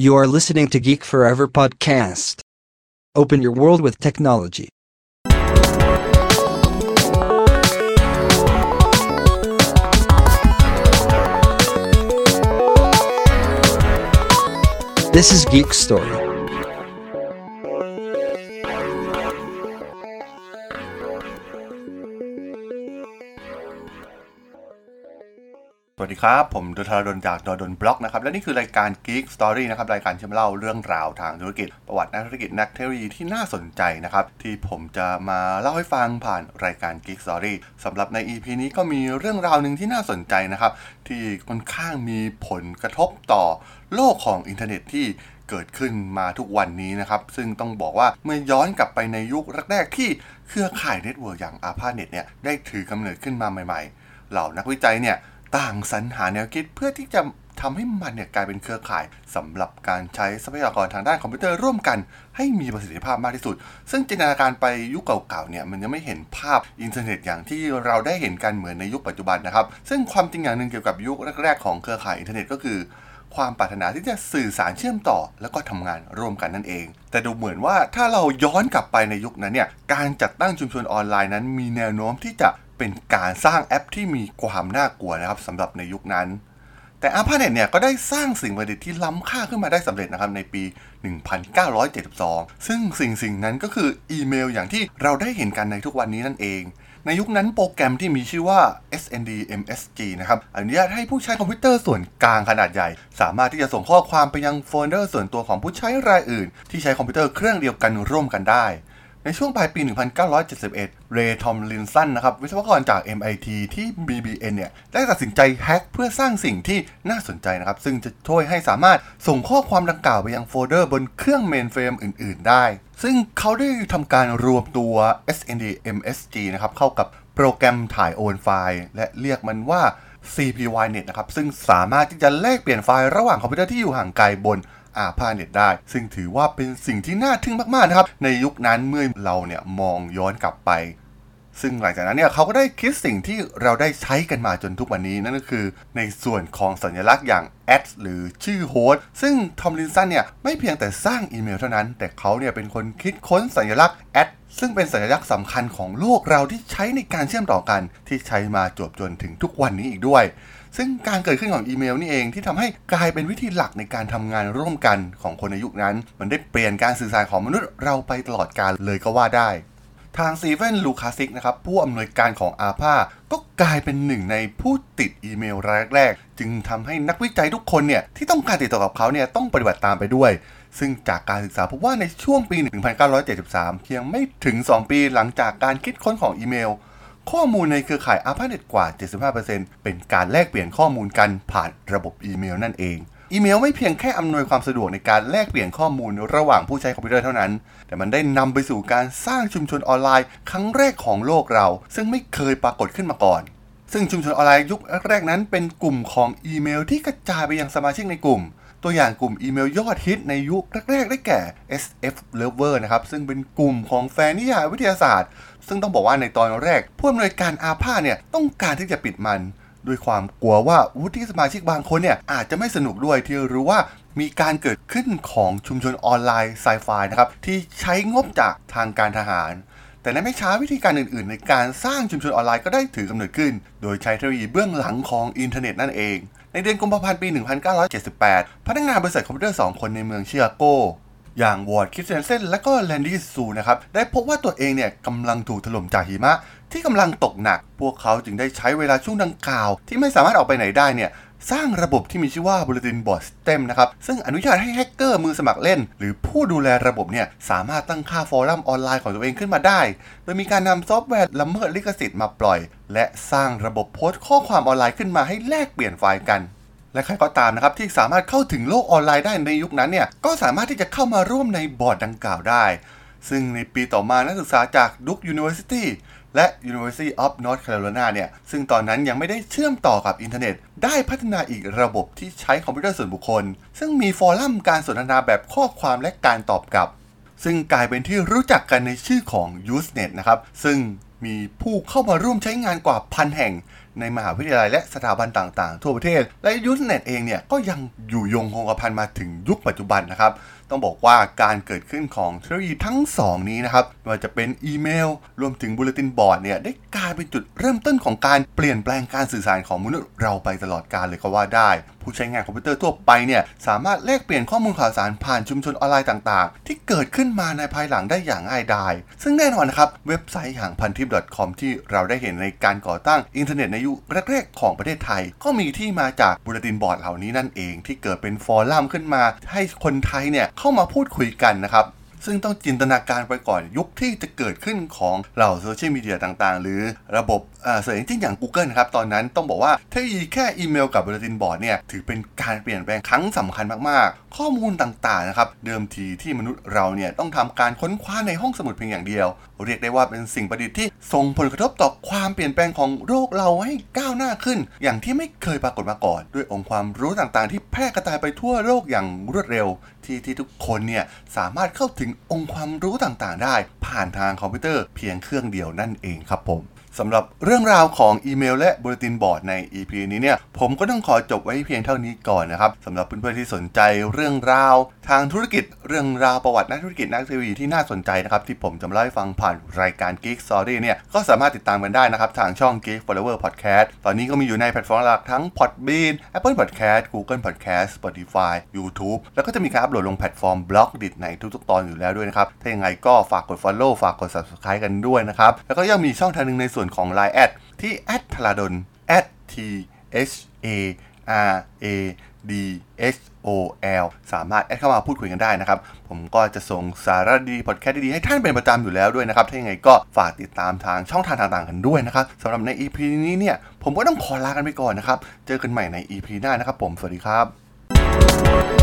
You are listening to Geek Forever podcast. Open your world with technology. This is Geek Story. สวัสดีครับผมดลจากดลบล็อกนะครับและนี่คือรายการ Geek Story นะครับรายการที่มาเล่าเรื่องราวทางธุรกิจประวัตินักธุรกิจนักเทคโนโลยีที่น่าสนใจนะครับที่ผมจะมาเล่าให้ฟังผ่านรายการ Geek Story สำหรับใน EP นี้ก็มีเรื่องราวนึงที่น่าสนใจนะครับที่ค่อนข้างมีผลกระทบต่อโลกของอินเทอร์เน็ตที่เกิดขึ้นมาทุกวันนี้นะครับซึ่งต้องบอกว่าเมื่อย้อนกลับไปในยุคแรกๆที่เครือข่ายเน็ตเวิร์กอย่าง ARPANET เนี่ยได้ถือกำเนิดขึ้นมาใหม่ๆเหล่านักวิจัยเนี่ยต่างสรรหาแนวคิดเพื่อที่จะทำให้มันเนี่ยกลายเป็นเครือข่ายสำหรับการใช้ทรัพยากรทางด้านคอมพิวเตอร์ร่วมกันให้มีประสิทธิภาพมากที่สุดซึ่งจินตนาการไปยุคเก่าๆเนี่ยมันยังไม่เห็นภาพอินเทอร์เน็ตอย่างที่เราได้เห็นกันเหมือนในยุคปัจจุบันนะครับซึ่งความจริงอย่างนึงเกี่ยวกับยุคแรกๆของเครือข่ายอินเทอร์เน็ตก็คือความปรารถนาที่จะสื่อสารเชื่อมต่อแล้วก็ทำงานร่วมกันนั่นเองแต่ดูเหมือนว่าถ้าเราย้อนกลับไปในยุคนั้นเนี่ยการจัดตั้งชุมชนออนไลน์นั้นมีแนวโน้มที่จะเป็นการสร้างแอปที่มีความน่ากลัวนะครับสำหรับในยุคนั้นแต่ ARPANET เนี่ยก็ได้สร้างสิ่งประดิษฐ์ที่ล้ำค่าขึ้นมาได้สำเร็จนะครับในปี 1972 ซึ่งสิ่งนั้นก็คืออีเมลอย่างที่เราได้เห็นกันในทุกวันนี้นั่นเองในยุคนั้นโปรแกรมที่มีชื่อว่า SND-MSG นะครับอนุญาตให้ผู้ใช้คอมพิวเตอร์ส่วนกลางขนาดใหญ่สามารถที่จะส่งข้อความไปยังโฟลเดอร์ส่วนตัวของผู้ใช้รายอื่นที่ใช้คอมพิวเตอร์เครื่องเดียวกันร่วมกันได้ในช่วงปลายปี 1971 เรย์ ทอมลินสันนะครับวิศวกรจาก MIT ที่ BBN เนี่ยได้ตัดสินใจแฮ็กเพื่อสร้างสิ่งที่น่าสนใจนะครับซึ่งจะช่วยให้สามารถส่งข้อความดังกล่าวไปยังโฟลเดอร์บนเครื่องเมนเฟรมอื่นๆได้ซึ่งเขาได้ทำการรวมตัว SND-MSG นะครับเข้ากับโปรแกรมถ่ายโอนไฟล์และเรียกมันว่า CPyNet นะครับซึ่งสามารถที่จะแลกเปลี่ยนไฟล์ระหว่างคอมพิวเตอร์ที่อยู่ห่างไกลบนARPANET ได้ซึ่งถือว่าเป็นสิ่งที่น่าทึ่งมากๆนะครับในยุคนั้นเมื่อเราเนี่ยมองย้อนกลับไปซึ่งหลังจากนั้นเนี่ยเขาก็ได้คิดสิ่งที่เราได้ใช้กันมาจนทุกวันนี้นั่นก็คือในส่วนของสัญลักษณ์อย่างแอดหรือชื่อโฮสต์ซึ่งทอมลินสันเนี่ยไม่เพียงแต่สร้างอีเมลเท่านั้นแต่เขาเนี่ยเป็นคนคิดค้นสัญลักษณ์แอดซึ่งเป็นสัญลักษณ์สำคัญของโลกเราที่ใช้ในการเชื่อมต่อกันที่ใช้มาจวบจนถึงทุกวันนี้อีกด้วยซึ่งการเกิดขึ้นของอีเมลนี่เองที่ทำให้กลายเป็นวิธีหลักในการทำงานร่วมกันของคนในยุคนั้นมันได้เปลี่ยนการสื่อสารของมนุษย์เราไปตลอดกาลเลยก็ว่าได้ทางสตีเฟน ลูคาซิกนะครับผู้อำนวยการของ ARPA ก็กลายเป็นหนึ่งในผู้ติดอีเมลรายแรกจึงทำให้นักวิจัยทุกคนเนี่ยที่ต้องการติดต่อกับเขาเนี่ยต้องปฏิบัติตามไปด้วยซึ่งจากการศึกษาพบว่าในช่วงปี 1973 เพียงไม่ถึง 2 ปีหลังจากการคิดค้นของอีเมลข้อมูลในเครือข่าย ARPANET กว่า 75% เป็นการแลกเปลี่ยนข้อมูลกันผ่านระบบอีเมลนั่นเองอีเมลไม่เพียงแค่อำนวยความสะดวกในการแลกเปลี่ยนข้อมูลระหว่างผู้ใช้คอมพิวเตอร์เท่านั้นแต่มันได้นำไปสู่การสร้างชุมชนออนไลน์ครั้งแรกของโลกเราซึ่งไม่เคยปรากฏขึ้นมาก่อนซึ่งชุมชนออนไลน์ยุคแรกนั้นเป็นกลุ่มของอีเมลที่กระจายไปยังสมาชิกในกลุ่มตัวอย่างกลุ่มอีเมลยอดฮิตในยุคแรกๆได้แก่ SF Lover นะครับซึ่งเป็นกลุ่มของแฟนนิยายวิทยาศาสตร์ซึ่งต้องบอกว่าในตอนแรกผู้อำนวยการ ARPA เนี่ยต้องการที่จะปิดมันด้วยความกลัวว่าวุฒิสมาชิกบางคนเนี่ยอาจจะไม่สนุกด้วยที่รู้ว่ามีการเกิดขึ้นของชุมชนออนไลน์ไซไฟนะครับที่ใช้งบจากทางการทหารแต่ในไม่ช้าวิธีการอื่นๆในการสร้างชุมชนออนไลน์ก็ได้ถือกำเนิดขึ้นโดยใช้เทคโนโลยีเบื้องหลังของอินเทอร์เน็ตนั่นเองในเดือนกุมภาพันธ์ปี 1978 พนักงานบริษัทคอมพิวเตอร์ 2 คนในเมืองชิคาโกอย่างวอร์ด คริสเตนเซนและก็แลนดี้ซูนะครับได้พบว่าตัวเองเนี่ยกำลังถูกถล่มจากหิมะที่กำลังตกหนักพวกเขาจึงได้ใช้เวลาช่วงดังกล่าวที่ไม่สามารถออกไปไหนได้เนี่ยสร้างระบบที่มีชื่อว่า Bulletin Board System นะครับซึ่งอนุญาตให้แฮกเกอร์มือสมัครเล่นหรือผู้ดูแลระบบเนี่ยสามารถตั้งค่าฟอรัมออนไลน์ของตัวเองขึ้นมาได้โดยมีการนำซอฟต์แวร์ละเมิดลิขสิทธิ์มาปล่อยและสร้างระบบโพสต์ข้อความออนไลน์ขึ้นมาให้แลกเปลี่ยนไฟล์กันและใครก็ตามนะครับที่สามารถเข้าถึงโลกออนไลน์ได้ในยุคนั้นเนี่ยก็สามารถที่จะเข้ามาร่วมในบอร์ดดังกล่าวได้ซึ่งในปีต่อมานักศึกษาจาก Duke University และ University of North Carolina เนี่ยซึ่งตอนนั้นยังไม่ได้เชื่อมต่อกับอินเทอร์เน็ตได้พัฒนาอีกระบบที่ใช้คอมพิวเตอร์ส่วนบุคคลซึ่งมีฟอรัมการสนทนาแบบข้อความและการตอบกลับซึ่งกลายเป็นที่รู้จักกันในชื่อของ Usenet นะครับซึ่งมีผู้เข้ามาร่วมใช้งานกว่า 1,000 แห่งในมหาวิทยาลัยและสถาบันต่างๆทั่วประเทศและ Usenet เองเนี่ยก็ยังอยู่ยงคงกระพันมาถึงยุคปัจจุบันนะครับต้องบอกว่าการเกิดขึ้นของเทคโนโลยีทั้ง2นี้นะครับไม่ว่าจะเป็นอีเมลรวมถึงบูเลตินบอร์ดเนี่ยได้กลายเป็นจุดเริ่มต้นของการเปลี่ยนแปลงการสื่อสารของมนุษย์เราไปตลอดกาลเลยก็ว่าได้ผู้ใช้งานคอมพิวเตอร์ทั่วไปเนี่ยสามารถแลกเปลี่ยนข้อมูลข่าวสารผ่านชุมชนออนไลน์ต่างๆที่เกิดขึ้นมาในภายหลังได้อย่างง่ายดายซึ่งแน่นอนนะครับเว็บไซต์อย่างพันทิป .com ที่เราได้เห็นในการก่อตั้งอินเทอร์เน็ตในยุคแรกๆของประเทศไทยก็มีที่มาจากบูเลตินบอร์ดเหล่านี้นั่นเองที่เกิดเป็นฟอรัมขึ้นมาให้คนไทยเนี่ยเข้ามาพูดคุยกันนะครับซึ่งต้องจินตนาการไปก่อนยุคที่จะเกิดขึ้นของเหล่าโซเชียลมีเดียต่างๆหรือระบบเสิร์ชเอนจินอย่าง Google นะครับตอนนั้นต้องบอกว่าเทคโนโลยีแค่อีเมลกับบูเลตินบอร์ดเนี่ยถือเป็นการเปลี่ยนแปลงครั้งสำคัญมากๆข้อมูลต่างๆนะครับเดิมทีที่มนุษย์เราเนี่ยต้องทำการค้นคว้าในห้องสมุดเพียงอย่างเดียวเรียกได้ว่าเป็นสิ่งประดิษฐ์ที่ส่งผลกระทบต่อความเปลี่ยนแปลงของโลกเราให้ก้าวหน้าขึ้นอย่างที่ไม่เคยปรากฏมาก่อนด้วยองค์ความรู้ต่างๆที่แพร่กระจายไปทั่วโลกอย่างรวดเร็วที่ทุกคนเนี่ยสามารถเข้าถึงองค์ความรู้ต่างๆได้ผ่านทางคอมพิวเตอร์เพียงเครื่องเดียวนั่นเองครับผมสำหรับเรื่องราวของอีเมลและบูเลตินบอร์ดใน EP นี้เนี่ยผมก็ต้องขอจบไว้เพียงเท่านี้ก่อนนะครับสำหรับเพื่อนๆที่สนใจเรื่องราวทางธุรกิจเรื่องราวประวัตินักธุรกิจนักเทคโนโลยีที่น่าสนใจนะครับที่ผมจะมาเล่าให้ฟังผ่านรายการ Geek Story เนี่ยก็สามารถติดตามกันได้นะครับทางช่อง Geek Forever Podcast ตอนนี้ก็มีอยู่ในแพลตฟอร์มหลักทั้ง Podbean Apple Podcast Google Podcast Spotify YouTube แล้วก็จะมีการอัปโหลดลงแพลตฟอร์ม Blogdit ในทุกๆตอนอยู่แล้วด้วยนะครับถ้ายังไงก็ฝากกด Follow ฝากกด Subscribe กันด้วยนะครับแล้วก็ยังมีช่องทางนึงในส่วนของ Line แอดที่@thradon @THRADOL สามารถแอดเข้ามาพูดคุยกันได้นะครับผมก็จะส่งสาระดีพอดแคสต์ดีๆให้ท่านเป็นประจำอยู่แล้วด้วยนะครับถ้ายังไงก็ฝากติดตามทางช่องทางต่างๆกันด้วยนะครับสำหรับใน EP นี้เนี่ยผมก็ต้องขอลากันไปก่อนนะครับเจอกันใหม่ใน EP หน้านะครับผมสวัสดีครับ